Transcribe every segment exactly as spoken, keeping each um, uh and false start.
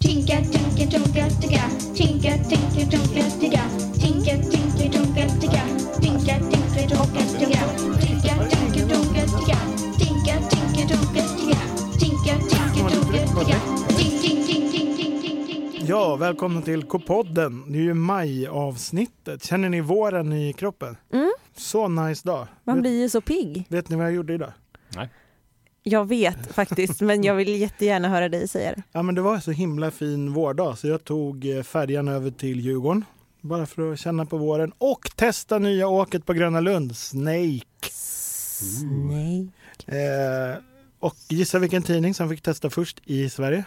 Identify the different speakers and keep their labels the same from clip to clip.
Speaker 1: Tinka, tinka, tunka, ticka. Tinka, tinka, tunka, ticka. Tinka, tinka, tunka, ticka. Tinka, tinka, tunka, ticka. Tinka, tinka, tunka, ticka. Tinka, tinka, tunka, ticka. Tinka, tinka, tunka, ticka. Ting, ting, ting, ting, ting, ting, ting, ting.
Speaker 2: Ja, välkomna till K-podden. Det är ju maj-avsnittet. Känner ni våren i kroppen?
Speaker 3: Mm.
Speaker 2: Så nice dag.
Speaker 3: Man
Speaker 2: vet,
Speaker 3: blir ju så pigg.
Speaker 2: vet ni vad jag gjorde idag?
Speaker 4: Nej.
Speaker 3: Jag vet faktiskt, men jag vill jättegärna höra dig säga det.
Speaker 2: Ja, men det var en så himla fin vårdag så jag tog färjan över till Djurgården. Bara för att känna på våren. Och testa nya åket på Gröna Lund. Snake.
Speaker 3: Snake.
Speaker 2: Eh, och gissa vilken tidning som fick testa först i Sverige?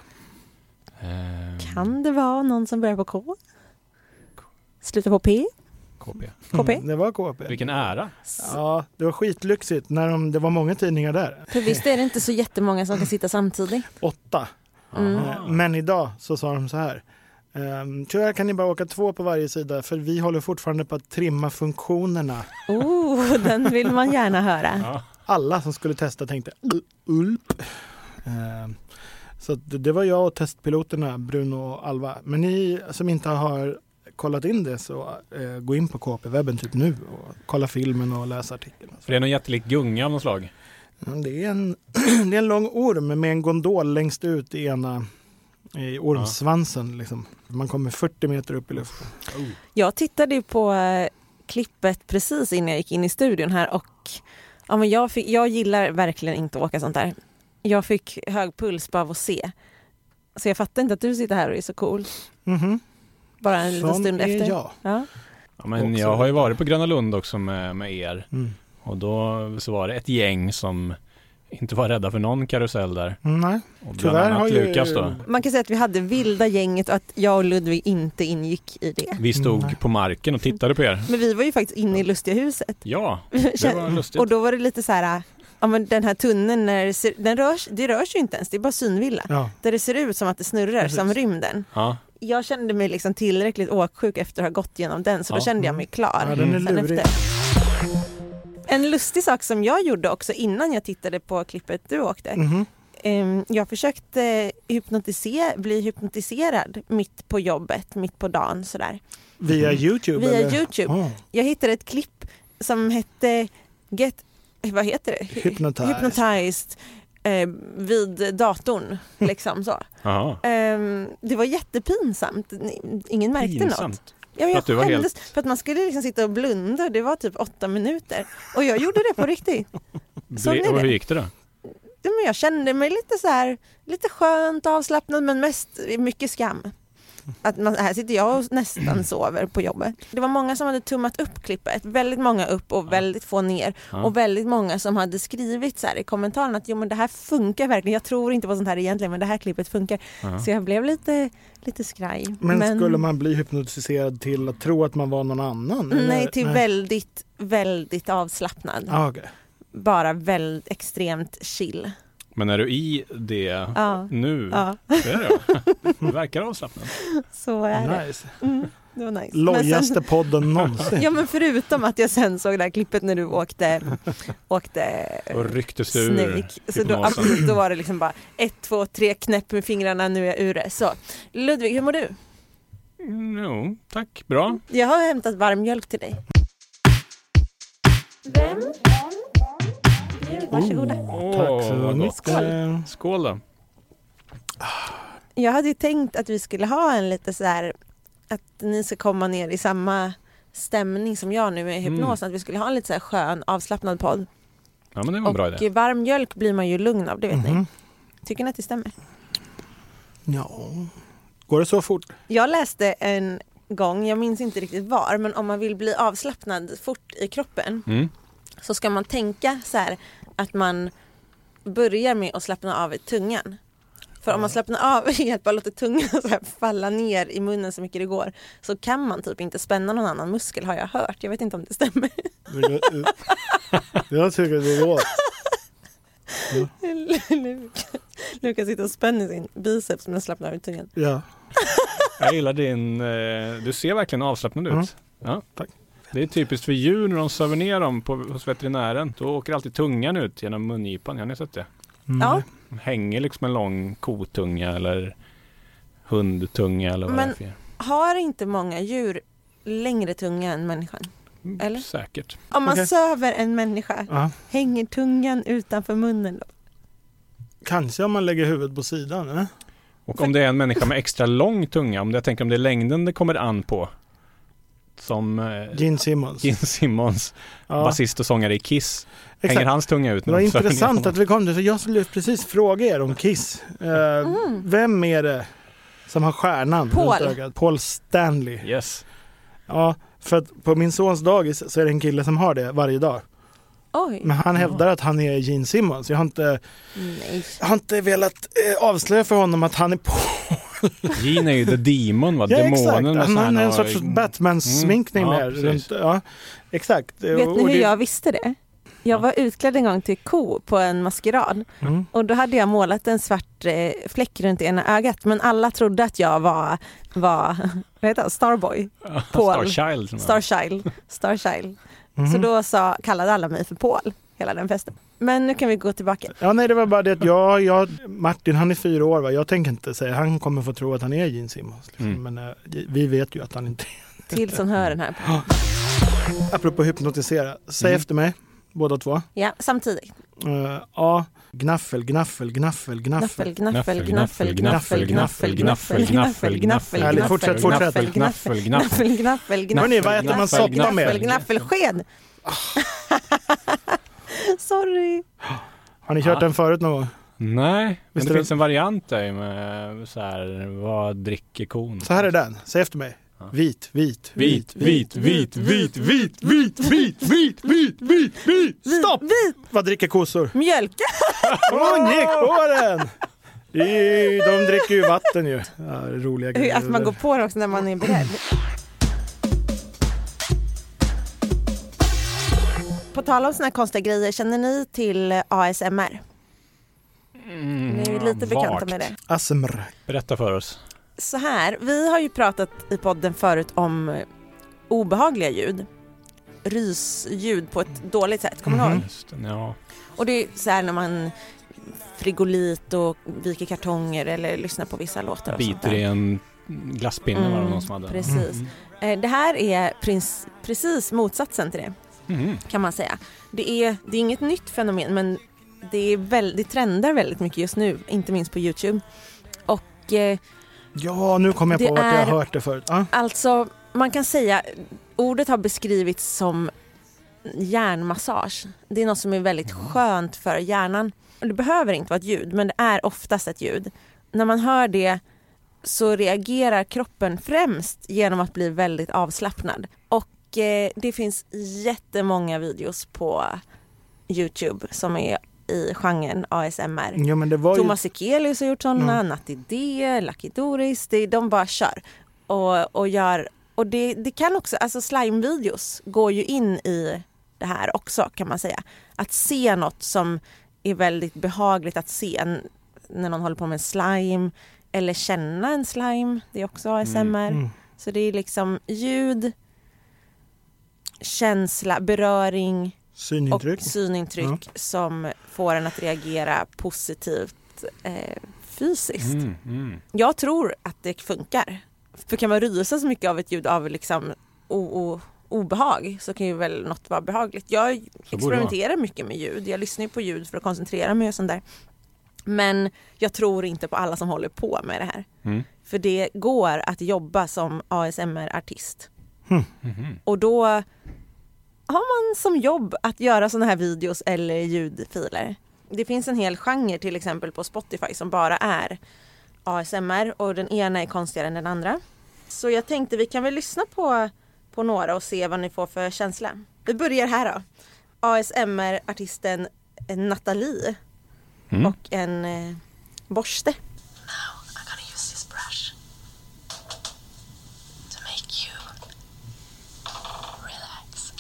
Speaker 4: Um,
Speaker 3: Kan det vara någon som börjar på K? Slutar på P?
Speaker 4: K P.
Speaker 3: K P?
Speaker 2: Mm, det var K P.
Speaker 4: Vilken ära.
Speaker 2: Ja, det var skitlyxigt när de, det var många tidningar där.
Speaker 3: För visst är det inte så jättemånga som kan sitta samtidigt.
Speaker 2: Åtta.
Speaker 3: Mm.
Speaker 2: Eh, Men idag så sa de så här. Um, tyvärr kan ni bara åka två på varje sida för vi håller fortfarande på att trimma funktionerna.
Speaker 3: Oh, den vill man gärna höra.
Speaker 4: Ja.
Speaker 2: Alla som skulle testa tänkte "U- ulp. Um, så det, det var jag och testpiloterna Bruno och Alva. Men ni som inte har kollat in det så uh, gå in på K P-webben typ nu och kolla filmen och läsa artikeln.
Speaker 4: För det är någon jättelik gunga av något slag.
Speaker 2: Ja, det, är en, det är en lång orm med en gondol längst ut i ena i ormsvansen. Liksom. Man kommer fyrtio meter upp i luften.
Speaker 4: Oh.
Speaker 3: Jag tittade ju på eh, klippet precis innan jag gick in i studion här och ja, men jag, fick, jag gillar verkligen inte att åka sånt där. Jag fick hög puls bara av att se. Så jag fattar inte att du sitter här och är så cool.
Speaker 2: Mhm.
Speaker 3: Bara en liten
Speaker 2: Som
Speaker 3: stund
Speaker 2: är
Speaker 3: efter.
Speaker 2: jag.
Speaker 3: Ja.
Speaker 4: Ja, men
Speaker 2: Också.
Speaker 4: jag har ju varit på Gröna Lund också med, med er.
Speaker 2: Mm.
Speaker 4: Och då så var det ett gäng som inte var rädda för någon karusell där.
Speaker 2: Nej.
Speaker 4: Och bland
Speaker 2: Tyvärr
Speaker 4: annat
Speaker 2: har ju-
Speaker 4: Lukas då.
Speaker 3: Man kan säga att vi hade vilda gänget och att jag och Ludvig inte ingick i det.
Speaker 4: Vi stod
Speaker 2: Nej.
Speaker 4: på marken och tittade på er.
Speaker 3: Men vi var ju faktiskt inne i Lustiga huset.
Speaker 4: Ja, det var lustigt.
Speaker 3: Och då var det lite så här, ja men den här tunneln, när det, ser, den rörs, det rörs ju inte ens, det är bara synvilla.
Speaker 2: Ja.
Speaker 3: Där det ser ut som att det snurrar,
Speaker 2: Precis.
Speaker 3: som rymden.
Speaker 4: Ja.
Speaker 3: Jag kände mig liksom tillräckligt åksjuk efter att ha gått igenom den, så då
Speaker 4: Ja.
Speaker 3: kände jag mig klar.
Speaker 2: Ja, den är
Speaker 3: sen
Speaker 2: lurig.
Speaker 3: efter. En lustig sak som jag gjorde också innan jag tittade på klippet du åkte.
Speaker 2: Mhm.
Speaker 3: Ehm, Jag försökte hypnotisera, bli hypnotiserad mitt på jobbet, mitt på dagen sådär.
Speaker 2: Via YouTube?
Speaker 3: Via
Speaker 2: eller?
Speaker 3: YouTube.
Speaker 2: Oh.
Speaker 3: Jag hittade ett klipp som hette Get, vad heter det?
Speaker 2: Hypnotized.
Speaker 3: Hypnotized eh, vid datorn, liksom så.
Speaker 4: Jaha.
Speaker 3: Ehm, det var jättepinsamt. Ni- Ingen märkte något.
Speaker 4: Pinsamt.
Speaker 3: Ja, men
Speaker 4: För
Speaker 3: jag
Speaker 4: att du var
Speaker 3: skämdes, för att man skulle liksom sitta och blunda. Det var typ åtta minuter. Och jag gjorde det på riktigt. Sån
Speaker 4: Ble-
Speaker 3: är
Speaker 4: och
Speaker 3: det.
Speaker 4: hur gick det då?
Speaker 3: Ja, men jag kände mig lite så här, lite skönt avslappnad, men mest mycket skam. Att man, här sitter jag och nästan sover på jobbet. Det var många som hade tummat upp klippet. Väldigt många upp och väldigt få ner.
Speaker 4: Ja.
Speaker 3: Och väldigt många som hade skrivit så här i kommentarerna att jo, men det här funkar verkligen. Jag tror inte på sånt här egentligen, men det här klippet funkar.
Speaker 4: Ja.
Speaker 3: Så jag blev lite, lite skraj.
Speaker 2: Men, skulle man bli hypnotiserad till att tro att man var någon annan? eller?
Speaker 3: Nej, till väldigt, väldigt avslappnad.
Speaker 2: Ah, okay.
Speaker 3: Bara väldigt extremt chill.
Speaker 4: Men är du i det
Speaker 3: Ja.
Speaker 4: nu?
Speaker 3: Ja,
Speaker 4: Det är det. Det verkar avslappnat.
Speaker 3: så är det.
Speaker 2: Nice.
Speaker 3: Mm, det var nice. Men sen-
Speaker 2: Lojaste podden någonsin.
Speaker 3: Ja, men förutom att jag sen såg det här klippet när du åkte, åkte
Speaker 4: Och rycktes ur
Speaker 3: Snake. Så då,
Speaker 4: hypnosen.
Speaker 3: då var det liksom bara ett, två, tre knäpp med fingrarna, nu är jag ur det. Så, Ludvig, hur mår du?
Speaker 4: Mm, jo, tack. Bra.
Speaker 3: Jag har hämtat varm mjölk till dig.
Speaker 1: Vem?
Speaker 3: Varsågoda.
Speaker 4: Åh,
Speaker 2: Tack så
Speaker 4: vad
Speaker 2: mycket.
Speaker 4: gott. Skål då.
Speaker 3: Jag hade ju tänkt att vi skulle ha en lite så här, att ni ska komma ner i samma stämning som jag nu med hypnosen. Att vi skulle ha en lite så här skön, avslappnad podd.
Speaker 4: Ja, men det var en bra idé.
Speaker 3: Och varm mjölk blir man ju lugn av, det vet
Speaker 2: Mhm.
Speaker 3: ni. Tycker ni att det stämmer?
Speaker 2: Ja. Går det så fort?
Speaker 3: Jag läste en gång, jag minns inte riktigt var, men om man vill bli avslappnad fort i kroppen
Speaker 4: Mm.
Speaker 3: så ska man tänka så här att man börjar med att slappna av i tungan. För om man slappnar av i att bara låta tungan så här falla ner i munnen så mycket det går, så kan man typ inte spänna någon annan muskel, har jag hört. Jag vet inte om det stämmer.
Speaker 2: Jag tycker det går.
Speaker 3: Lukas sitter och spänner sin biceps men slappnar av i tungan.
Speaker 2: Ja.
Speaker 4: Jag gillar din... Eh, du ser verkligen avslappnad ut.
Speaker 2: Mm.
Speaker 4: Ja.
Speaker 2: Tack.
Speaker 4: Det är typiskt för djur när de söver ner dem på, hos veterinären. Då åker alltid tungan ut genom mungipan. Har ni sett det?
Speaker 2: Mm.
Speaker 3: Ja.
Speaker 4: De hänger liksom en lång kotunga eller hundtunga eller vad
Speaker 3: Men-
Speaker 4: det är för.
Speaker 3: Har inte många djur längre tunga än människan? Eller?
Speaker 4: Säkert.
Speaker 3: Om man
Speaker 2: Okej.
Speaker 3: söver en människa,
Speaker 2: Ja.
Speaker 3: hänger tungan utanför munnen då?
Speaker 2: Kanske om man lägger huvudet på sidan. Eh?
Speaker 4: Och om det är en människa med extra lång tunga, om det, jag tänker om det är längden det kommer an på. Som eh,
Speaker 2: Gene Simmons.
Speaker 4: Gene Simmons,
Speaker 2: Ja.
Speaker 4: basist och sångare i Kiss.
Speaker 2: Exakt.
Speaker 4: Hänger hans tunga ut?
Speaker 2: Det
Speaker 4: när
Speaker 2: var
Speaker 4: de söver ner
Speaker 2: intressant
Speaker 4: honom?
Speaker 2: att vi kom till, för jag skulle precis fråga er om Kiss. Eh,
Speaker 3: Mm.
Speaker 2: Vem är det som har stjärnan
Speaker 3: Paul.
Speaker 2: runt ögat? Paul Stanley.
Speaker 4: Yes.
Speaker 2: Ja, för att på min sons dagis så är det en kille som har det varje dag.
Speaker 3: Oj,
Speaker 2: Men han hävdar att han är Gene Simmons. Jag har inte,
Speaker 3: nej.
Speaker 2: jag har inte velat eh, avslöja för honom att han är på.
Speaker 4: Gene är ju the demon, va?
Speaker 2: Ja,
Speaker 4: Demonen
Speaker 2: exakt.
Speaker 4: med
Speaker 2: Han har
Speaker 4: sån här-
Speaker 2: en sorts Batman-sminkning
Speaker 4: Mm. Ja,
Speaker 2: där.
Speaker 4: precis.
Speaker 2: Runt, ja, exakt.
Speaker 3: Vet
Speaker 2: Och
Speaker 3: ni hur
Speaker 2: det-
Speaker 3: jag visste det? Jag var utklädd en gång till ko på en maskerad
Speaker 2: Mm.
Speaker 3: och då hade jag målat en svart eh, fläck runt ena ögat, men alla trodde att jag var, var vad heter det? Starboy, Paul.
Speaker 4: Starchild. som är-
Speaker 3: Starchild, Starchild.
Speaker 2: Mhm.
Speaker 3: Så då sa, kallade alla mig för Paul hela den festen. Men nu kan vi gå tillbaka.
Speaker 2: Ja, nej, det var bara det att jag, jag, Martin han är fyra år, va? Jag tänker inte säga, han kommer få tro att han är Gene Simmons. Liksom.
Speaker 4: Mm.
Speaker 2: Men eh, vi vet ju att han inte är.
Speaker 3: Till som hör den här.
Speaker 2: Apropå hypnotisera, säg
Speaker 4: Mm.
Speaker 2: efter mig, båda två.
Speaker 3: Ja, samtidigt.
Speaker 2: Uh, A, gnaffel, gnaffel, gnaffel,
Speaker 3: Gnaffel,
Speaker 2: gnaffel.
Speaker 3: gnaffel, gnaffel, gnaffel, gnaffel, gnaffel, gnaffel, gnaffel,
Speaker 2: Härligt,
Speaker 3: gnaffel,
Speaker 2: fortsätt, fortsätt.
Speaker 3: gnaffel,
Speaker 4: Gnaffel,
Speaker 3: gnaffel, gnaffel, gnaffel,
Speaker 2: Hörrni, vad äter man
Speaker 4: gnaffel,
Speaker 2: soppa
Speaker 4: gnaffel,
Speaker 2: med?
Speaker 3: gnaffelsken. Sorry.
Speaker 2: Har ni kört
Speaker 4: Ja.
Speaker 2: den förut någon gång?
Speaker 4: Nej, men
Speaker 2: Visst
Speaker 4: det
Speaker 2: är det-
Speaker 4: finns en variant där med så här, vad dricker kon?
Speaker 2: Så här är den, säg efter mig.
Speaker 4: Ja.
Speaker 2: Vit, vit,
Speaker 4: Vit, vit, vit, vit, vit, vit, vit, vit, vit, vit, vit.
Speaker 2: Stopp!
Speaker 3: Vit
Speaker 2: Vad dricker kossor?
Speaker 3: mjölk.
Speaker 2: Hon gick på den! I- De dricker ju vatten ju. Ja, roliga grejer.
Speaker 3: Att man går på det också när man är beredd. På tal om såna här konstiga grejer, känner ni till A S M R?
Speaker 4: Mm,
Speaker 3: Ni är
Speaker 4: ja,
Speaker 3: lite bekanta
Speaker 4: vagt.
Speaker 3: med det.
Speaker 2: A S M R.
Speaker 4: Berätta för oss.
Speaker 3: Så här, vi har ju pratat i podden förut om eh, obehagliga ljud. Rysljud på ett dåligt sätt, kommer ni
Speaker 2: Mhm.
Speaker 3: ihåg?
Speaker 4: Just det, ja.
Speaker 3: Och det är så här när man frigolit och viker kartonger eller lyssnar på vissa låtar och sånt
Speaker 4: Biter
Speaker 3: där.
Speaker 4: i en glasspinne var det
Speaker 3: Mm,
Speaker 4: någon som hade.
Speaker 3: precis. Eh, Det här är prins, precis motsatsen till det,
Speaker 4: Mm.
Speaker 3: kan man säga. Det är, det är inget nytt fenomen, men det, är väl, det trendar väldigt mycket just nu, inte minst på YouTube. Och eh,
Speaker 2: Ja, nu kommer jag
Speaker 3: Det
Speaker 2: på vart jag
Speaker 3: är-
Speaker 2: har hört det förut. Ja.
Speaker 3: alltså, man kan säga, ordet har beskrivits som hjärnmassage. Det är något som är väldigt skönt för hjärnan. Och det behöver inte vara ett ljud, men det är oftast ett ljud. När man hör det så reagerar kroppen främst genom att bli väldigt avslappnad. Och eh, det finns jättemånga videos på YouTube som är i genren A S M R.
Speaker 2: Ja, men det var ju...
Speaker 3: Thomas Ekelius har gjort sådana,
Speaker 2: Mm.
Speaker 3: Natti D, Lucky Doris, det, de bara kör och, och gör, och det, det kan också, alltså slime-videos går ju in i det här också, kan man säga. Att se något som är väldigt behagligt att se n- när någon håller på med en slime, eller känna en slime, det är också A S M R.
Speaker 2: Mm.
Speaker 3: Så det är liksom ljud, känsla, beröring
Speaker 2: Synintryck.
Speaker 3: och synintryck som får en att reagera positivt eh, fysiskt.
Speaker 4: Mm, mm.
Speaker 3: Jag tror att det funkar. För kan man rysa så mycket av ett ljud av liksom o- o- obehag så kan ju väl något vara behagligt. Jag
Speaker 4: borde det
Speaker 3: experimenterar mycket med ljud. Jag lyssnar ju på ljud för att koncentrera mig och sånt där. Men jag tror inte på alla som håller på med det här.
Speaker 4: Mm.
Speaker 3: För det går att jobba som A S M R-artist.
Speaker 4: Mhm.
Speaker 3: Och då har man som jobb att göra såna här videos eller ljudfiler. Det finns en hel genre till exempel på Spotify som bara är A S M R och den ena är konstigare än den andra. Så jag tänkte vi kan väl lyssna på, på några och se vad ni får för känsla. Vi börjar här då. A S M R-artisten Nathalie
Speaker 4: Mm.
Speaker 3: och en eh, borste.
Speaker 5: Now I'm gonna use this brush to make you relax.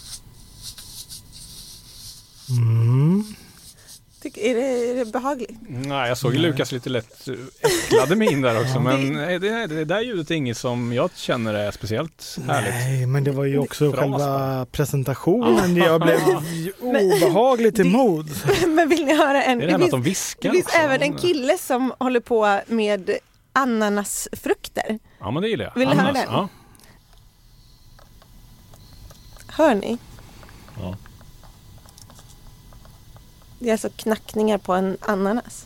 Speaker 2: Mm.
Speaker 3: Tycker, är, det, är det behagligt?
Speaker 4: Nej, jag såg ju Lukas lite lätt äcklade min där också. Men det, det, det där ljudet är inget som jag känner är speciellt härligt.
Speaker 2: Nej, men det var ju också
Speaker 4: Fras,
Speaker 2: själva
Speaker 4: va?
Speaker 2: presentationen. Jag blev obehagligt emot.
Speaker 3: Men vill ni höra en?
Speaker 4: Det är det här med att de
Speaker 3: finns,
Speaker 4: viskar
Speaker 3: det finns
Speaker 4: också.
Speaker 3: även en kille som håller på med ananasfrukter.
Speaker 4: Ja, men det gillar jag.
Speaker 3: Vill ni höra
Speaker 4: Ananas,
Speaker 3: den?
Speaker 4: Ja.
Speaker 3: Hör ni?
Speaker 4: Ja.
Speaker 3: Det är alltså knackningar på en ananas.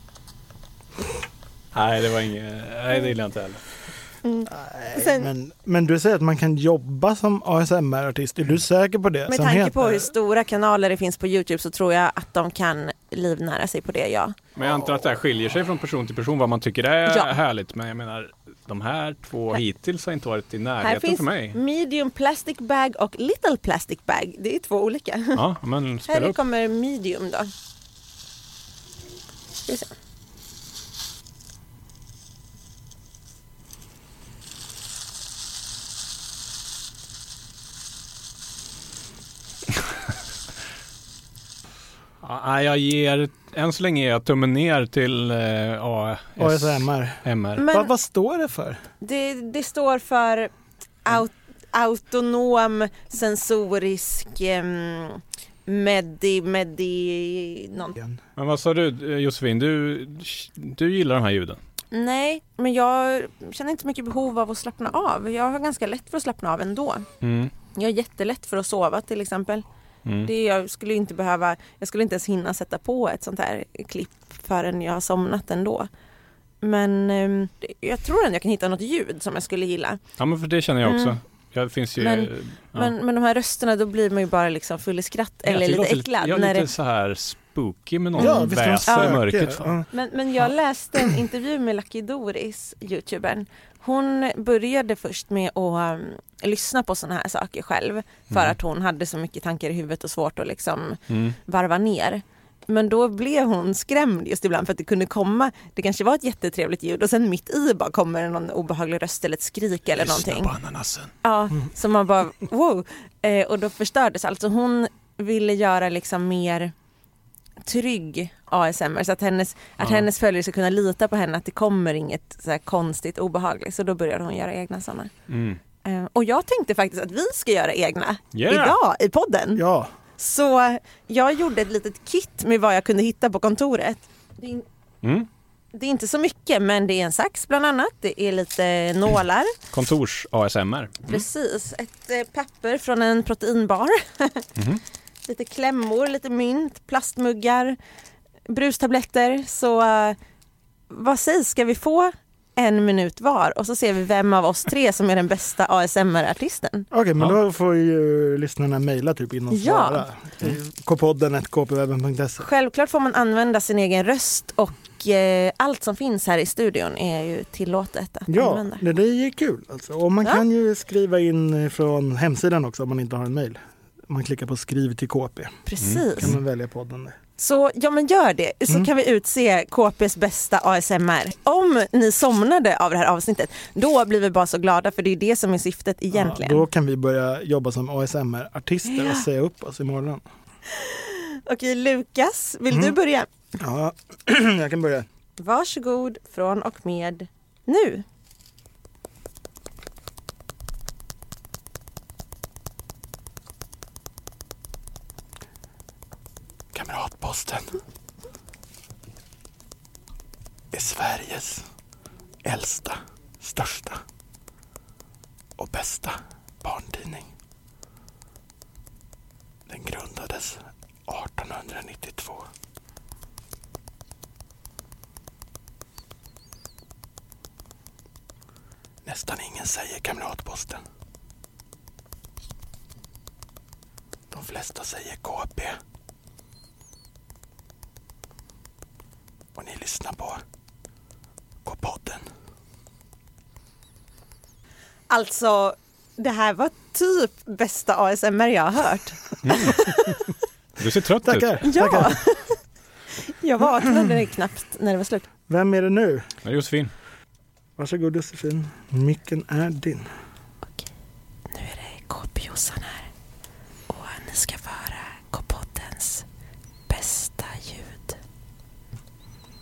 Speaker 4: Nej, det var inget. Nej, det gillar jag inte heller.
Speaker 3: Mm.
Speaker 2: Nej,
Speaker 3: Sen-
Speaker 2: men, men du säger att man kan jobba som A S M R-artist. Är du säker på det?
Speaker 3: Med
Speaker 2: Som
Speaker 3: tanke
Speaker 2: heter-
Speaker 3: på hur stora kanaler det finns på YouTube så tror jag att de kan livnära sig på det, ja.
Speaker 4: Men jag antar att det här skiljer sig från person till person vad man tycker är
Speaker 3: Ja.
Speaker 4: härligt. Men jag menar, de här två hittills har inte varit i
Speaker 3: Här
Speaker 4: närheten
Speaker 3: finns
Speaker 4: för mig.
Speaker 3: medium plastic bag och little plastic bag. Det är två olika.
Speaker 4: Ja, men spela
Speaker 3: Här
Speaker 4: upp.
Speaker 3: kommer medium då. Ska vi se.
Speaker 4: Ja, nej, jag ger, än så länge ger jag tummen ner till eh, A
Speaker 2: A S M R.
Speaker 4: M R.
Speaker 3: Men
Speaker 2: Vad, vad står det för?
Speaker 3: det, det står för aut, autonom sensorisk um, medi, medi, någon.
Speaker 4: Men vad sa du Josefin, du, du gillar de här ljuden?
Speaker 3: Nej, men jag känner inte mycket behov av att slappna av. Jag har ganska lätt för att slappna av ändå.
Speaker 4: Mm.
Speaker 3: Jag har jättelätt för att sova till exempel.
Speaker 4: Mm.
Speaker 3: Det, jag skulle inte behöva, jag skulle inte ens hinna sätta på ett sånt här klipp förrän jag har somnat ändå. Men um, jag tror ändå jag kan hitta något ljud som jag skulle gilla.
Speaker 4: Ja, men för det känner jag också.
Speaker 3: Mm.
Speaker 4: Jag finns ju,
Speaker 3: Men-
Speaker 4: ja.
Speaker 3: Men, men de här rösterna, då blir man ju bara liksom full i skratt
Speaker 4: Jag
Speaker 3: eller
Speaker 4: tycker
Speaker 3: lite
Speaker 4: det låter
Speaker 3: äcklad.
Speaker 4: Ja,
Speaker 3: när
Speaker 4: lite
Speaker 3: det,
Speaker 4: så här spooky med någon
Speaker 2: Ja, visst de
Speaker 4: väser i
Speaker 2: söker.
Speaker 4: mörkret. Fan.
Speaker 2: Ja.
Speaker 3: men, men jag läste en intervju med Lucky Doris, youtubern. Hon började först med att um, lyssna på såna här saker själv. För
Speaker 4: Mm.
Speaker 3: att hon hade så mycket tankar i huvudet och svårt att liksom
Speaker 4: Mm.
Speaker 3: varva ner. Men då blev hon skrämd just ibland för att det kunde komma, det kanske var ett jättetrevligt ljud och sen mitt i bara kommer någon obehaglig röst eller ett skrik eller
Speaker 4: Lyssna
Speaker 3: någonting.
Speaker 4: på ananasen.
Speaker 3: Ja, så man bara wow. Eh, och då förstördes alltså hon ville göra liksom mer trygg A S M R så att hennes, att
Speaker 4: Ja.
Speaker 3: hennes följare ska kunna lita på henne att det kommer inget så här konstigt obehagligt. Så då började hon göra egna sådana.
Speaker 4: Mm.
Speaker 3: Eh, och jag tänkte faktiskt att vi ska göra egna
Speaker 4: Yeah.
Speaker 3: idag i podden.
Speaker 2: Ja,
Speaker 3: Så jag gjorde ett litet kit med vad jag kunde hitta på kontoret. Det är,
Speaker 4: Mm.
Speaker 3: det är inte så mycket, men det är en sax bland annat. Det är lite nålar.
Speaker 4: Kontors-A S M R. Mm.
Speaker 3: Precis. Ett eh, papper från en proteinbar.
Speaker 4: Mhm.
Speaker 3: Lite klämmor, lite mynt, plastmuggar, brustabletter. Så eh, vad sägs, ska vi få en minut var och så ser vi vem av oss tre som är den bästa A S M R-artisten.
Speaker 2: okej, men
Speaker 4: Ja.
Speaker 2: då får ju lyssnarna mejla typ in och
Speaker 3: Ja.
Speaker 2: svara. k podden at k p webben punkt se.
Speaker 3: Självklart får man använda sin egen röst och eh, allt som finns här i studion är ju tillåtet att
Speaker 2: Ja,
Speaker 3: använda.
Speaker 2: det där är kul. Alltså. Och man
Speaker 3: Ja.
Speaker 2: kan ju skriva in från hemsidan också om man inte har en mejl. Man klickar på skriv till K P.
Speaker 3: Precis.
Speaker 2: Kan man välja podden där.
Speaker 3: Så ja, men gör det, så
Speaker 2: Mm.
Speaker 3: kan vi utse K P:s bästa A S M R. Om ni somnade av det här avsnittet, då blir vi bara så glada för det är det som är syftet egentligen.
Speaker 2: Ja, då kan vi börja jobba som A S M R-artister
Speaker 3: Ja.
Speaker 2: och säga upp oss imorgon.
Speaker 3: Okej, Lukas, vill
Speaker 2: Mm.
Speaker 3: du börja?
Speaker 2: Ja, jag kan börja.
Speaker 3: Varsågod från och med nu.
Speaker 2: Kamratposten är Sveriges äldsta, största och bästa barntidning. Den grundades artonhundranittiotvå. Nästan ingen säger Kamratposten. De flesta säger K P. Och ni lyssnar på K-podden.
Speaker 3: Alltså, det här var typ bästa A S M R jag har hört.
Speaker 4: Du ser trött ut.
Speaker 2: Tackar,
Speaker 3: Ja,
Speaker 2: tackar.
Speaker 3: jag vaknade knappt när det var slut.
Speaker 2: Vem är det nu?
Speaker 4: Ja, Josefin.
Speaker 2: Varsågod Josefin. Micken är din.
Speaker 3: Nu är det K P-Jossan här och ni ska få höra K-poddens bästa ljud.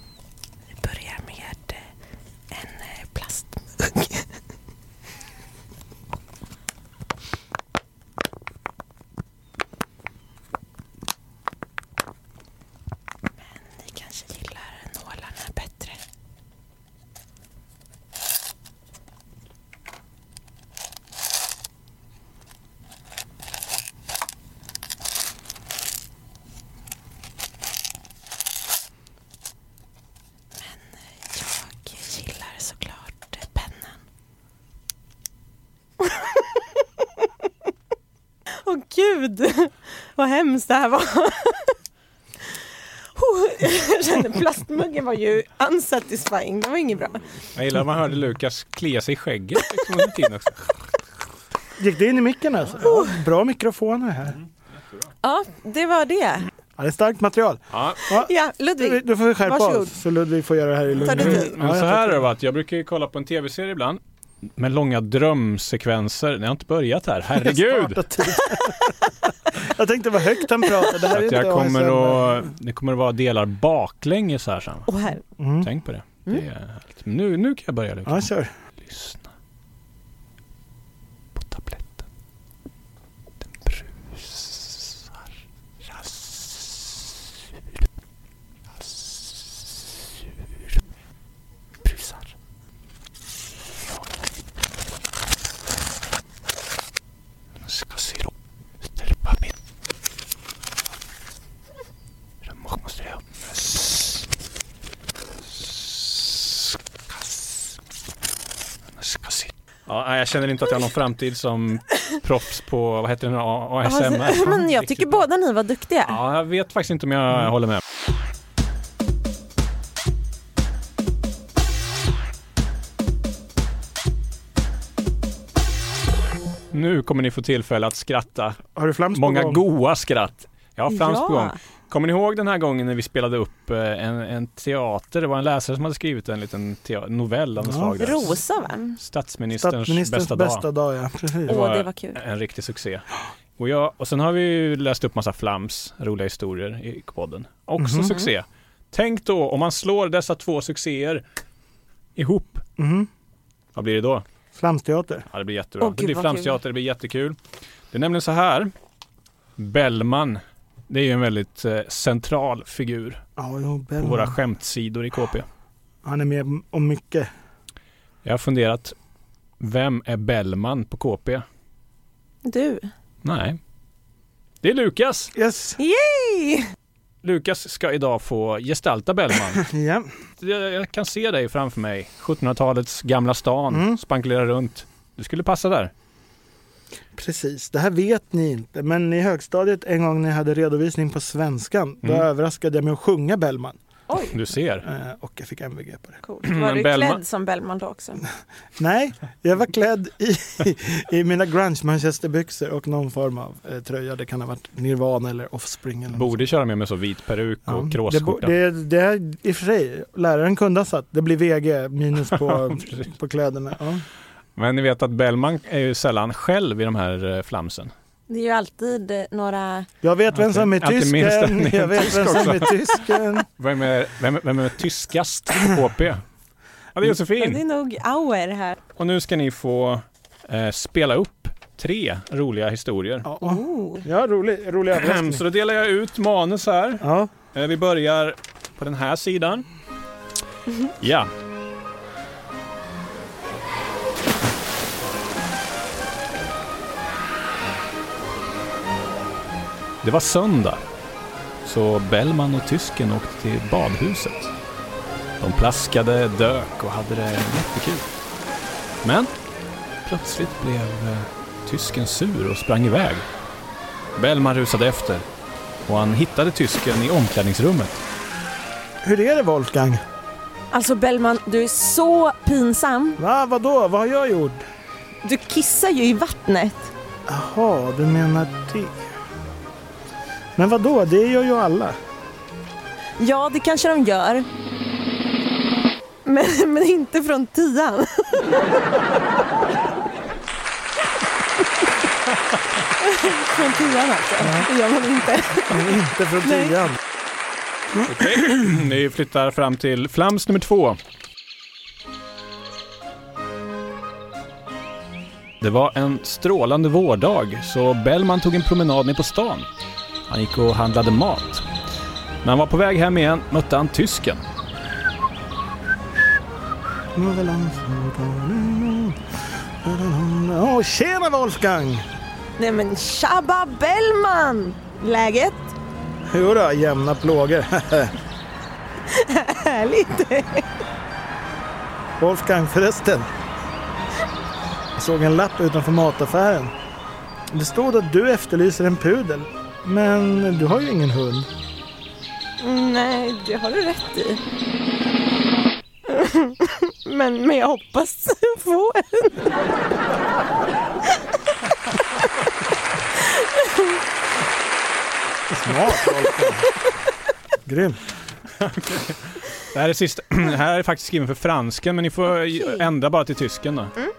Speaker 3: gud, vad hemskt det här var. Jag kände plastmuggen var ju unsatisfying. Det var inget bra.
Speaker 4: Jag gillar att man hörde Lukas klia sig i skägget. Liksom, också.
Speaker 2: Gick det in i micken alltså? Ja, bra mikrofoner här.
Speaker 4: Mm,
Speaker 3: ja, det var det.
Speaker 2: Ja, det är starkt material.
Speaker 4: Ja.
Speaker 2: Ja,
Speaker 3: Ja, Ludvig.
Speaker 2: då får vi skärpa
Speaker 3: Varsågod.
Speaker 2: oss så Ludvig får göra det här i lugn.
Speaker 3: Ta det tid.
Speaker 4: Men så här är det att jag brukar kolla på en tv-serie ibland med långa drömsekvenser. Ni har inte börjat här. Herregud!
Speaker 2: Jag tänkte vad högt han pratade. Det här är
Speaker 4: Att
Speaker 2: inte
Speaker 4: jag kommer
Speaker 2: A S M R.
Speaker 4: att, det kommer att vara delar baklänges här sen.
Speaker 3: Åh, här.
Speaker 2: Mm.
Speaker 4: Tänk på det. Det är härligt. Nu, nu kan jag börja. Lukas.
Speaker 2: Ja, kör.
Speaker 4: Lyssna på tabletten. Den brusar. Rassur. Rassur. Brusar. Jag ska se då. Stärpa min. Det måste jag. Ja, jag känner inte att jag har någon framtid som proffs på, vad heter det nu, A S M R.
Speaker 3: Men jag tycker båda ni var duktiga.
Speaker 4: Ja, jag vet faktiskt inte om jag mm. håller med. Nu kommer ni få tillfälle att skratta.
Speaker 2: Har du flams på
Speaker 4: Många
Speaker 2: gång?
Speaker 4: goa skratt. Jag har flams
Speaker 3: Ja.
Speaker 4: på gång. Kommer ni ihåg den här gången när vi spelade upp en, en teater? Det var en läsare som hade skrivit en liten te- novell av något
Speaker 2: Ja.
Speaker 4: slag. där.
Speaker 3: Rosa, va?
Speaker 4: Statsministerns,
Speaker 2: Statsministerns
Speaker 4: bästa,
Speaker 2: bästa,
Speaker 4: dag.
Speaker 2: dag. Ja, precis.
Speaker 3: Åh, det var kul.
Speaker 4: En riktig succé. Och, jag, och sen har vi ju läst upp massa flams, roliga historier i podden. Också
Speaker 2: Mhm.
Speaker 4: succé. Tänk då om man slår dessa två succéer ihop.
Speaker 2: Mhm.
Speaker 4: Vad blir det då?
Speaker 2: Flamsteater.
Speaker 4: Ja, det blir jättebra.
Speaker 3: Åh,
Speaker 4: det
Speaker 3: gud,
Speaker 4: blir
Speaker 3: vad
Speaker 4: flamsteater, det blir jättekul. Det är nämligen så här. Bellman, det är ju en väldigt eh, central figur
Speaker 2: Ja, jo,
Speaker 4: på
Speaker 2: Bellman.
Speaker 4: våra skämtsidor i K P.
Speaker 2: Han är med om mycket.
Speaker 4: Jag har funderat, vem är Bellman på K P?
Speaker 3: Du.
Speaker 4: Nej. Det är Lukas.
Speaker 2: Yes.
Speaker 3: Yay!
Speaker 4: Lukas ska idag få gestalta Bellman.
Speaker 2: Ja.
Speaker 4: Jag, jag kan se dig framför mig. sjuttonhundratalets gamla stan.
Speaker 2: Mm.
Speaker 4: Spankulera runt. Du skulle passa där.
Speaker 2: Precis, det här vet ni inte. Men i högstadiet en gång när jag hade redovisning på svenskan, då
Speaker 4: Mm.
Speaker 2: överraskade jag mig att sjunga Bellman.
Speaker 3: Oj,
Speaker 4: Du ser.
Speaker 2: Eh, och jag fick M V G på det.
Speaker 3: coolt. Var
Speaker 4: Men
Speaker 3: du
Speaker 4: Bellman-
Speaker 3: klädd som Bellman då också?
Speaker 2: Nej, jag var klädd i, i mina grunge manchesterbyxor och någon form av eh, tröja. Det kan ha varit Nirvana eller Offspring. Eller något
Speaker 4: Borde köra med med så vit peruk
Speaker 2: sånt.
Speaker 4: och
Speaker 2: Ja, det, bo-
Speaker 4: kråsskjorta.
Speaker 2: det, det är i och för sig, läraren kunde ha satt. Det blir V G minus på, på kläderna. Ja.
Speaker 4: Men ni vet att Bellman är ju sällan själv i de här eh, flamsen.
Speaker 3: Det är ju alltid eh, några...
Speaker 2: Jag vet vem som är
Speaker 4: Alltid minst en-
Speaker 2: tysken. Jag vet
Speaker 4: tysk
Speaker 2: vem som
Speaker 4: också.
Speaker 2: är tysken.
Speaker 4: Vem är, vem, vem är tyskast på K P? Ja, det är
Speaker 3: Det är
Speaker 4: Josefin.
Speaker 3: nog Auer här.
Speaker 4: Och nu ska ni få eh, spela upp tre roliga historier.
Speaker 2: Ja,
Speaker 3: Oh.
Speaker 2: ja rolig, rolig överraskning.
Speaker 4: Så då delar jag ut manus här.
Speaker 2: Ja.
Speaker 4: Eh, vi börjar på den här sidan. Ja. Det var söndag, så Bellman och tysken åkte till badhuset. De plaskade, dök och hade det jättekul. Men plötsligt blev eh, tysken sur och sprang iväg. Bellman rusade efter och han hittade tysken i omklädningsrummet.
Speaker 2: Hur är det, Wolfgang?
Speaker 3: Alltså Bellman, du är så pinsam.
Speaker 2: Va, vadå? Vad har jag gjort?
Speaker 3: Du kissar ju i vattnet.
Speaker 2: Jaha, du menar det. Men vadå? Det gör ju alla.
Speaker 3: Ja, det kanske de gör. Men, men inte från tian. Från tian alltså. Det gör man inte.
Speaker 2: Men inte från
Speaker 3: Nej.
Speaker 2: tian.
Speaker 4: Okej, vi flyttar fram till flams nummer två. Det var en strålande vårdag, så Bellman tog en promenad ner på stan. Han gick och handlade mat. När han var på väg hem igen mötte han tysken.
Speaker 2: Åh, tjena Wolfgang!
Speaker 3: Nej men tjabba Bellman! Läget?
Speaker 2: Jo då, jämna plågor.
Speaker 3: Härligt.
Speaker 2: Wolfgang förresten. Jag såg en lapp utanför mataffären. Det stod att du efterlyser en pudel. Men du har ju ingen hund.
Speaker 3: Nej, det har du rätt i. men, men jag hoppas få en.
Speaker 2: Smart. Grym.
Speaker 4: Det här är sista. Det här är faktiskt skriven för franskan, men ni får okay. ändra bara till tysken då. Mm.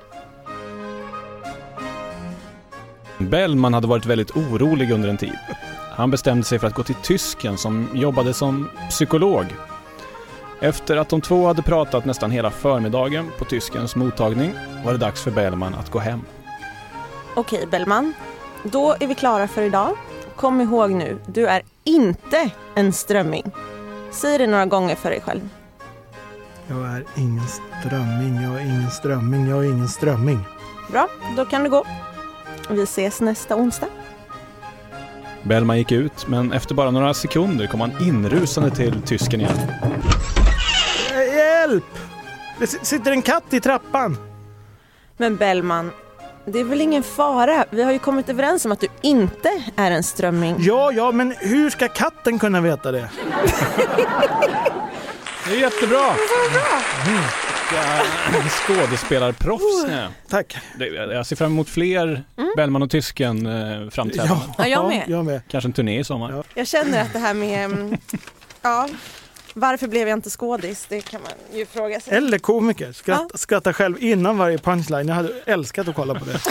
Speaker 4: Bellman hade varit väldigt orolig under en tid. Han bestämde sig för att gå till tysken som jobbade som psykolog. Efter att de två hade pratat nästan hela förmiddagen på tyskens mottagning var det dags för Bellman att gå hem.
Speaker 3: Okej Bellman, då är vi klara för idag. Kom ihåg nu, du är inte en strömming. Säg det några gånger för dig själv.
Speaker 2: Jag är ingen strömming, jag är ingen strömming, jag är ingen strömming.
Speaker 3: Bra, då kan du gå. Vi ses nästa onsdag.
Speaker 4: Bellman gick ut, men efter bara några sekunder kom han inrusande till tysken igen.
Speaker 2: Hjälp! Det sitter en katt i trappan.
Speaker 3: Men Bellman, det är väl ingen fara. Vi har ju kommit överens om att du inte är en strömming.
Speaker 2: Ja, ja, men hur ska katten kunna veta det?
Speaker 4: Det är jättebra.
Speaker 3: Mm.
Speaker 4: Ja, skådespelarproffs. Ja.
Speaker 2: Tack.
Speaker 4: Jag ser fram emot fler mm. Bellman och tysken eh, framträdanden.
Speaker 3: Ja, ja, jag med.
Speaker 2: jag med.
Speaker 4: Kanske en turné i sommar. Ja.
Speaker 3: Jag känner att det här med... ja, varför blev jag inte skådis? Det kan man ju fråga sig.
Speaker 2: Eller komiker. Skratta,
Speaker 3: ja.
Speaker 2: skratta själv innan varje punchline. Jag hade älskat att kolla på det.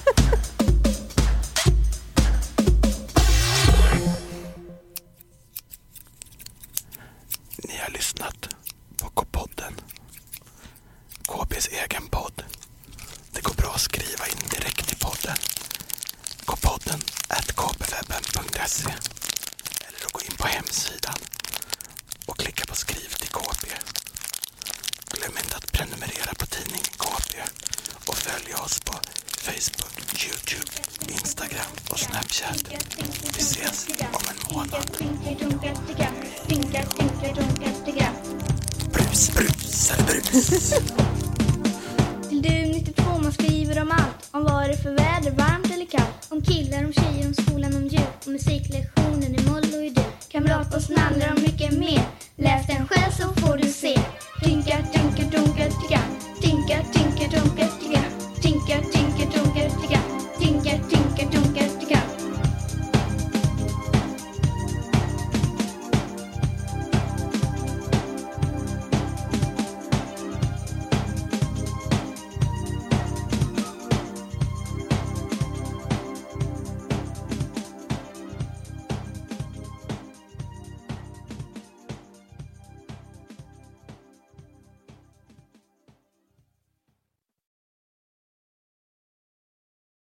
Speaker 2: Ni har lyssnat på K-podden. K B:s egen podd. Det går bra att skriva in direkt i podden. K-podden at k b webben punkt se eller att gå in på hemsidan och klicka på skriv till K B. Glöm inte att prenumerera på tidningen K B och följ oss på Facebook, YouTube, Instagram och Snapchat. Vi ses om en månad. Brus, brus, brus.
Speaker 1: Till du nittiotvå man skriver om allt. Om vad det för väder, varmt eller kallt. Om killar, om tjejer, om skolan, om djur. Om musiklektionen i moll och i du. Kamrat och snallrar om mycket mer.